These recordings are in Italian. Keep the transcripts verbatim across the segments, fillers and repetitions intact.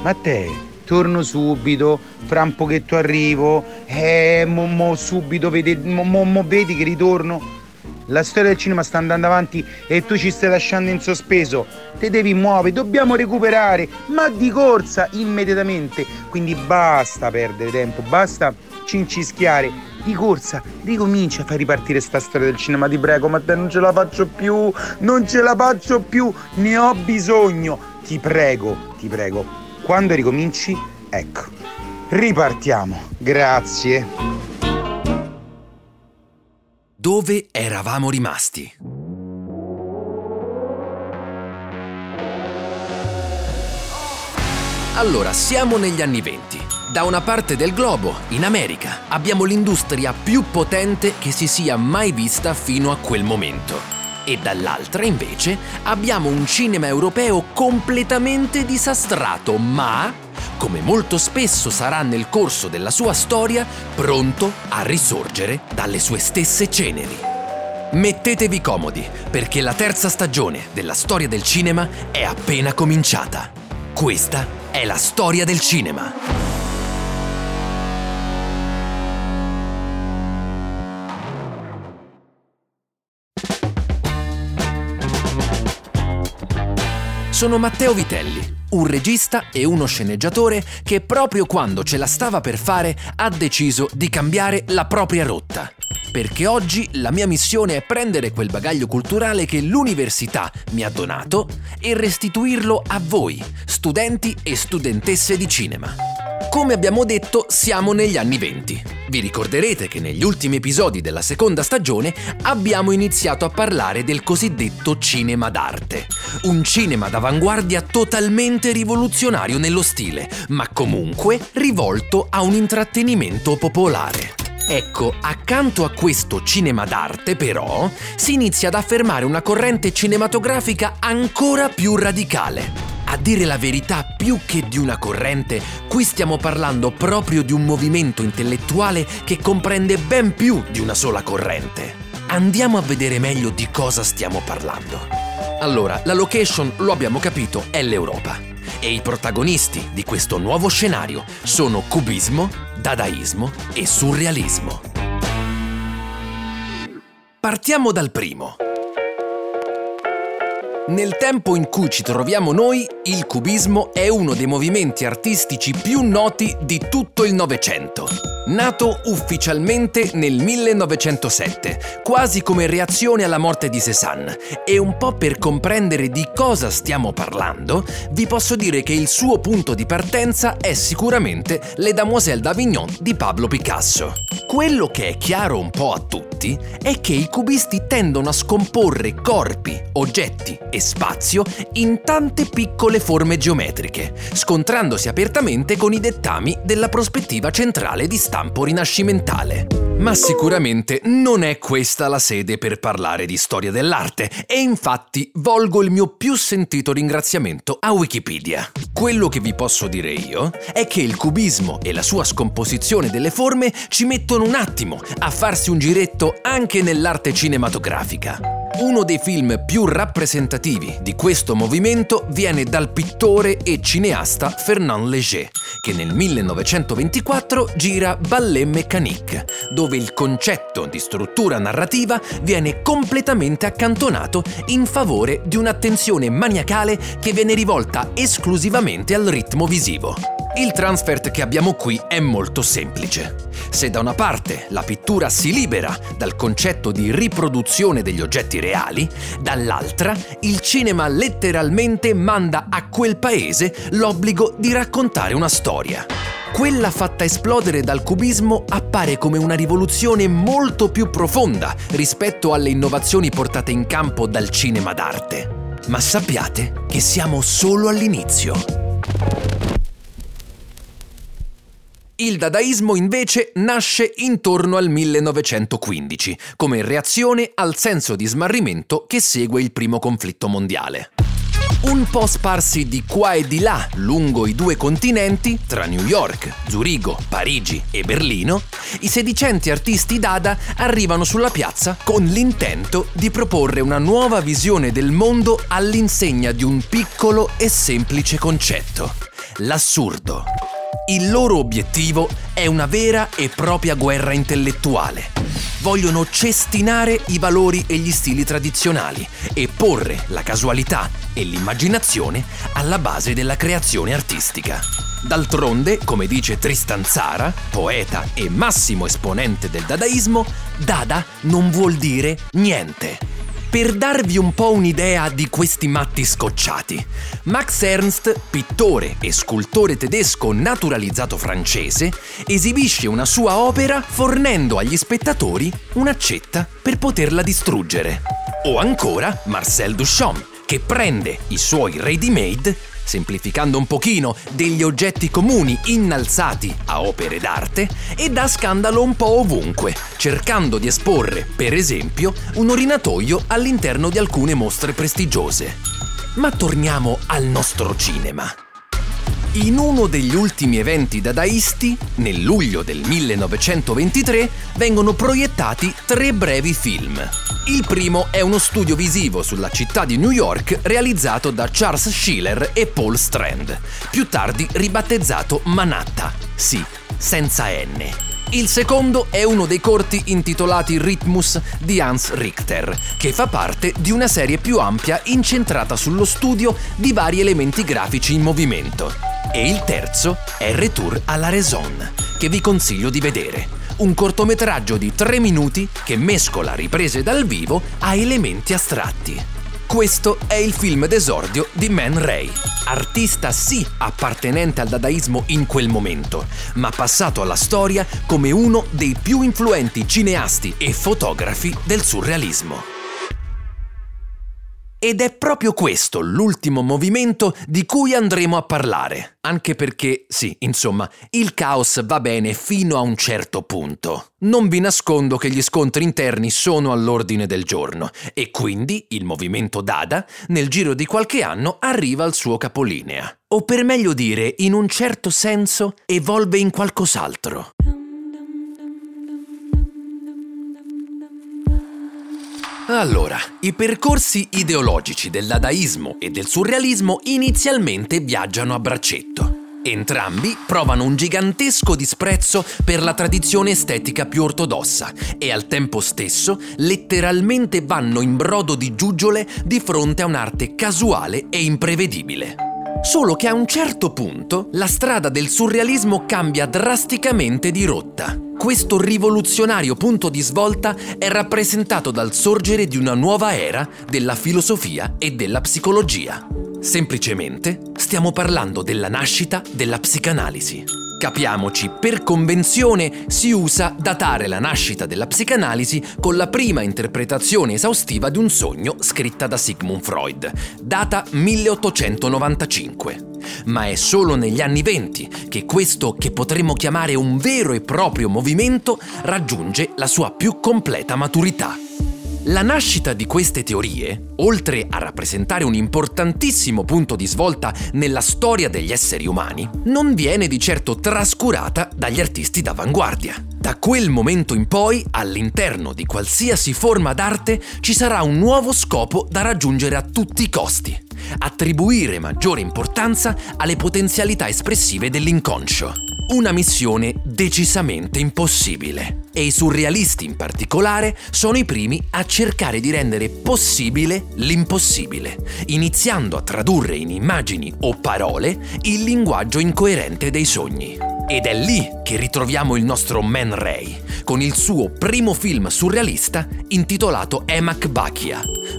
Matteo, torno subito, fra un pochetto arrivo, eh, mo, mo subito, vedi, mo, mo, mo vedi che ritorno. La storia del cinema sta andando avanti e tu ci stai lasciando in sospeso. Te devi muovere, dobbiamo recuperare, ma di corsa, immediatamente. Quindi basta perdere tempo, basta cincischiare. Di corsa, ricomincia a far ripartire sta storia del cinema, ti prego, ma te non ce la faccio più, non ce la faccio più, ne ho bisogno. Ti prego, ti prego, quando ricominci, ecco, ripartiamo. Grazie. Dove eravamo rimasti? Allora, siamo negli anni venti. Da una parte del globo, in America, abbiamo l'industria più potente che si sia mai vista fino a quel momento. E dall'altra, invece, abbiamo un cinema europeo completamente disastrato, ma, come molto spesso sarà nel corso della sua storia, pronto a risorgere dalle sue stesse ceneri. Mettetevi comodi, perché la terza stagione della storia del cinema è appena cominciata. Questa è la storia del cinema. Sono Matteo Vitelli, un regista e uno sceneggiatore che proprio quando ce la stava per fare ha deciso di cambiare la propria rotta. Perché oggi la mia missione è prendere quel bagaglio culturale che l'università mi ha donato e restituirlo a voi, studenti e studentesse di cinema. Come abbiamo detto, siamo negli anni venti. Vi ricorderete che negli ultimi episodi della seconda stagione abbiamo iniziato a parlare del cosiddetto cinema d'arte. Un cinema d'avanguardia totalmente rivoluzionario nello stile, ma comunque rivolto a un intrattenimento popolare. Ecco, accanto a questo cinema d'arte, però, si inizia ad affermare una corrente cinematografica ancora più radicale. A dire la verità, più che di una corrente, qui stiamo parlando proprio di un movimento intellettuale che comprende ben più di una sola corrente. Andiamo a vedere meglio di cosa stiamo parlando. Allora, la location, lo abbiamo capito, è l'Europa. E i protagonisti di questo nuovo scenario sono cubismo, dadaismo e surrealismo. Partiamo dal primo. Nel tempo in cui ci troviamo noi, il cubismo è uno dei movimenti artistici più noti di tutto il Novecento. Nato ufficialmente nel millenovecentosette, quasi come reazione alla morte di Cézanne, e un po' per comprendere di cosa stiamo parlando, vi posso dire che il suo punto di partenza è sicuramente Le Demoiselles d'Avignon di Pablo Picasso. Quello che è chiaro un po' a tutti è che i cubisti tendono a scomporre corpi, oggetti e spazio in tante piccole forme geometriche, scontrandosi apertamente con i dettami della prospettiva centrale di stampo rinascimentale. Ma sicuramente non è questa la sede per parlare di storia dell'arte e infatti volgo il mio più sentito ringraziamento a Wikipedia. Quello che vi posso dire io è che il cubismo e la sua scomposizione delle forme ci mettono un attimo a farsi un giretto anche nell'arte cinematografica. Uno dei film più rappresentativi di questo movimento viene dal pittore e cineasta Fernand Léger, che nel millenovecentoventiquattro gira Ballet Mécanique, dove il concetto di struttura narrativa viene completamente accantonato in favore di un'attenzione maniacale che viene rivolta esclusivamente al ritmo visivo. Il transfert che abbiamo qui è molto semplice. Se da una parte la pittura si libera dal concetto di riproduzione degli oggetti reali, dall'altra il cinema letteralmente manda a quel paese l'obbligo di raccontare una storia. Quella fatta esplodere dal cubismo appare come una rivoluzione molto più profonda rispetto alle innovazioni portate in campo dal cinema d'arte. Ma sappiate che siamo solo all'inizio. Il dadaismo invece nasce intorno al millenovecentoquindici, come reazione al senso di smarrimento che segue il primo conflitto mondiale. Un po' sparsi di qua e di là lungo i due continenti, tra New York, Zurigo, Parigi e Berlino, i sedicenti artisti Dada arrivano sulla piazza con l'intento di proporre una nuova visione del mondo all'insegna di un piccolo e semplice concetto: l'assurdo. Il loro obiettivo è una vera e propria guerra intellettuale. Vogliono cestinare i valori e gli stili tradizionali e porre la casualità e l'immaginazione alla base della creazione artistica. D'altronde, come dice Tristan Tzara, poeta e massimo esponente del dadaismo, Dada non vuol dire niente. Per darvi un po' un'idea di questi matti scocciati, Max Ernst, pittore e scultore tedesco naturalizzato francese, esibisce una sua opera fornendo agli spettatori un'accetta per poterla distruggere. O ancora Marcel Duchamp, che prende i suoi ready-made, semplificando un pochino, degli oggetti comuni innalzati a opere d'arte e dà scandalo un po' ovunque, cercando di esporre, per esempio, un orinatoio all'interno di alcune mostre prestigiose. Ma torniamo al nostro cinema. In uno degli ultimi eventi dadaisti, nel luglio del millenovecentoventitré, vengono proiettati tre brevi film. Il primo è uno studio visivo sulla città di New York realizzato da Charles Schiller e Paul Strand, più tardi ribattezzato Manatta, sì, senza N. Il secondo è uno dei corti intitolati Rhythmus di Hans Richter, che fa parte di una serie più ampia incentrata sullo studio di vari elementi grafici in movimento. E il terzo è Retour à la Raison, che vi consiglio di vedere. Un cortometraggio di tre minuti che mescola riprese dal vivo a elementi astratti. Questo è il film d'esordio di Man Ray, artista sì appartenente al dadaismo in quel momento, ma passato alla storia come uno dei più influenti cineasti e fotografi del surrealismo. Ed è proprio questo l'ultimo movimento di cui andremo a parlare, anche perché, sì, insomma, il caos va bene fino a un certo punto. Non vi nascondo che gli scontri interni sono all'ordine del giorno e quindi il movimento Dada, nel giro di qualche anno, arriva al suo capolinea. O per meglio dire, in un certo senso, evolve in qualcos'altro. Allora, i percorsi ideologici del dadaismo e del surrealismo inizialmente viaggiano a braccetto. Entrambi provano un gigantesco disprezzo per la tradizione estetica più ortodossa e al tempo stesso letteralmente vanno in brodo di giuggiole di fronte a un'arte casuale e imprevedibile. Solo che a un certo punto la strada del surrealismo cambia drasticamente di rotta. Questo rivoluzionario punto di svolta è rappresentato dal sorgere di una nuova era della filosofia e della psicologia. Semplicemente stiamo parlando della nascita della psicanalisi. Capiamoci, per convenzione si usa datare la nascita della psicanalisi con la prima interpretazione esaustiva di un sogno scritta da Sigmund Freud, data milleottocentonovantacinque. Ma è solo negli anni venti che questo che potremmo chiamare un vero e proprio movimento raggiunge la sua più completa maturità. La nascita di queste teorie, oltre a rappresentare un importantissimo punto di svolta nella storia degli esseri umani, non viene di certo trascurata dagli artisti d'avanguardia. Da quel momento in poi, all'interno di qualsiasi forma d'arte, ci sarà un nuovo scopo da raggiungere a tutti i costi: attribuire maggiore importanza alle potenzialità espressive dell'inconscio. Una missione decisamente impossibile. E i surrealisti in particolare sono i primi a cercare di rendere possibile l'impossibile, iniziando a tradurre in immagini o parole il linguaggio incoerente dei sogni. Ed è lì che ritroviamo il nostro Man Ray, con il suo primo film surrealista intitolato Emak Bakia,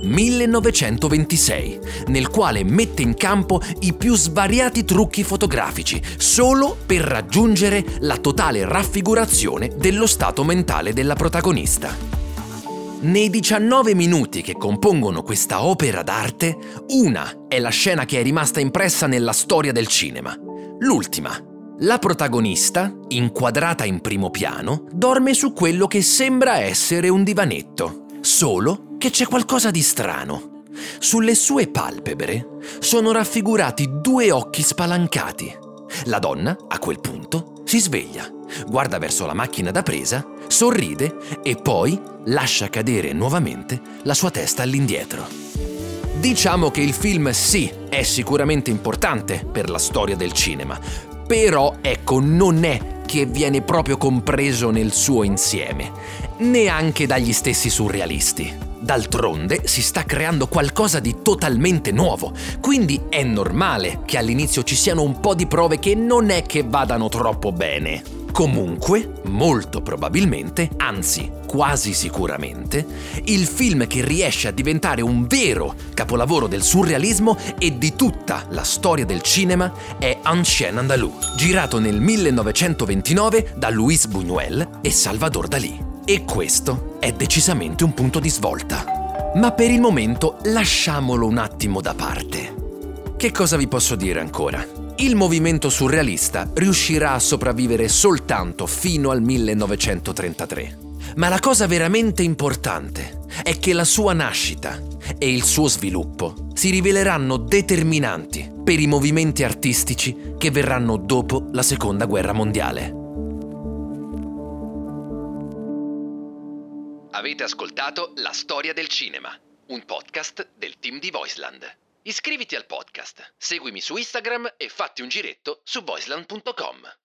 millenovecentoventisei, nel quale mette in campo i più svariati trucchi fotografici solo per raggiungere la totale raffigurazione dello stato mentale della protagonista. Nei diciannove minuti che compongono questa opera d'arte, una è la scena che è rimasta impressa nella storia del cinema. L'ultima. La protagonista, inquadrata in primo piano, dorme su quello che sembra essere un divanetto, solo che c'è qualcosa di strano. Sulle sue palpebre sono raffigurati due occhi spalancati. La donna, a quel punto, si sveglia, guarda verso la macchina da presa, sorride e poi lascia cadere nuovamente la sua testa all'indietro. Diciamo che il film sì, è sicuramente importante per la storia del cinema, però ecco, non è che viene proprio compreso nel suo insieme, neanche dagli stessi surrealisti. D'altronde si sta creando qualcosa di totalmente nuovo, quindi è normale che all'inizio ci siano un po' di prove che non è che vadano troppo bene. Comunque, molto probabilmente, anzi quasi sicuramente, il film che riesce a diventare un vero capolavoro del surrealismo e di tutta la storia del cinema è Un Chien Andalou, girato nel millenovecentoventinove da Luis Buñuel e Salvador Dalí. E questo è decisamente un punto di svolta. Ma per il momento lasciamolo un attimo da parte. Che cosa vi posso dire ancora? Il movimento surrealista riuscirà a sopravvivere soltanto fino al millenovecentotrentatré. Ma la cosa veramente importante è che la sua nascita e il suo sviluppo si riveleranno determinanti per i movimenti artistici che verranno dopo la Seconda Guerra Mondiale. Avete ascoltato La Storia del Cinema, un podcast del team di Voiceland. Iscriviti al podcast, seguimi su Instagram e fatti un giretto su voiceland punto com.